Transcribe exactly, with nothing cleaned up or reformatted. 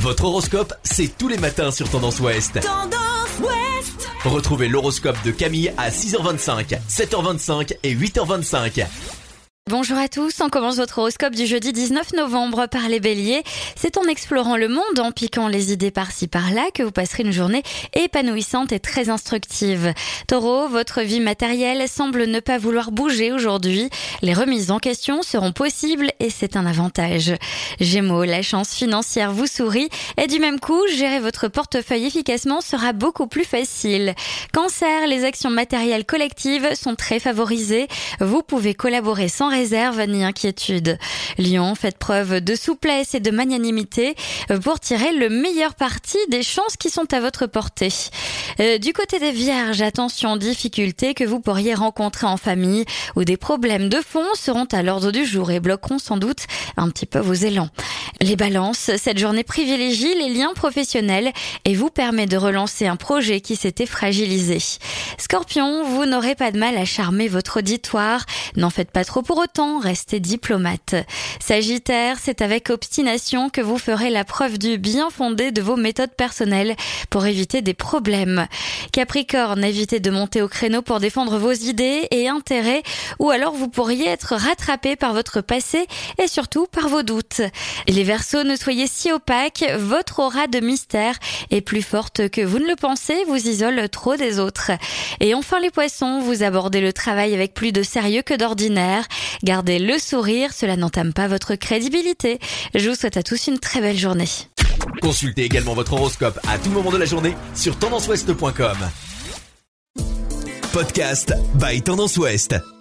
Votre horoscope, c'est tous les matins sur Tendance Ouest. Tendance Ouest. Retrouvez l'horoscope de Camille à six heures vingt-cinq, sept heures vingt-cinq et huit heures vingt-cinq. Bonjour à tous, on commence votre horoscope du jeudi dix-neuf novembre par les béliers. C'est en explorant le monde, en piquant les idées par-ci par-là que vous passerez une journée épanouissante et très instructive. Taureau, votre vie matérielle semble ne pas vouloir bouger aujourd'hui. Les remises en question seront possibles et c'est un avantage. Gémeaux, la chance financière vous sourit et du même coup, gérer votre portefeuille efficacement sera beaucoup plus facile. Cancer, les actions matérielles collectives sont très favorisées. Vous pouvez collaborer sans réserve ni inquiétude. Lion, faites preuve de souplesse et de magnanimité pour tirer le meilleur parti des chances qui sont à votre portée. Euh, du côté des vierges, attention, difficultés que vous pourriez rencontrer en famille ou des problèmes de fond seront à l'ordre du jour et bloqueront sans doute un petit peu vos élans. Les balances, cette journée privilégie les liens professionnels et vous permet de relancer un projet qui s'était fragilisé. Scorpion, vous n'aurez pas de mal à charmer votre auditoire, n'en faites pas trop pour autant, restez diplomate. Sagittaire, c'est avec obstination que vous ferez la preuve du bien fondé de vos méthodes personnelles pour éviter des problèmes. Capricorne, évitez de monter au créneau pour défendre vos idées et intérêts ou alors vous pourriez être rattrapé par votre passé et surtout par vos doutes. Les Verseaux, ne soyez si opaques, votre aura de mystère est plus forte que vous ne le pensez, vous isole trop des autres. Et enfin les Poissons, vous abordez le travail avec plus de sérieux que d'ordinaire. Gardez le sourire, cela n'entame pas votre crédibilité. Je vous souhaite à tous une très belle journée. Consultez également votre horoscope à tout moment de la journée sur tendance ouest point com. Podcast by Tendance Ouest.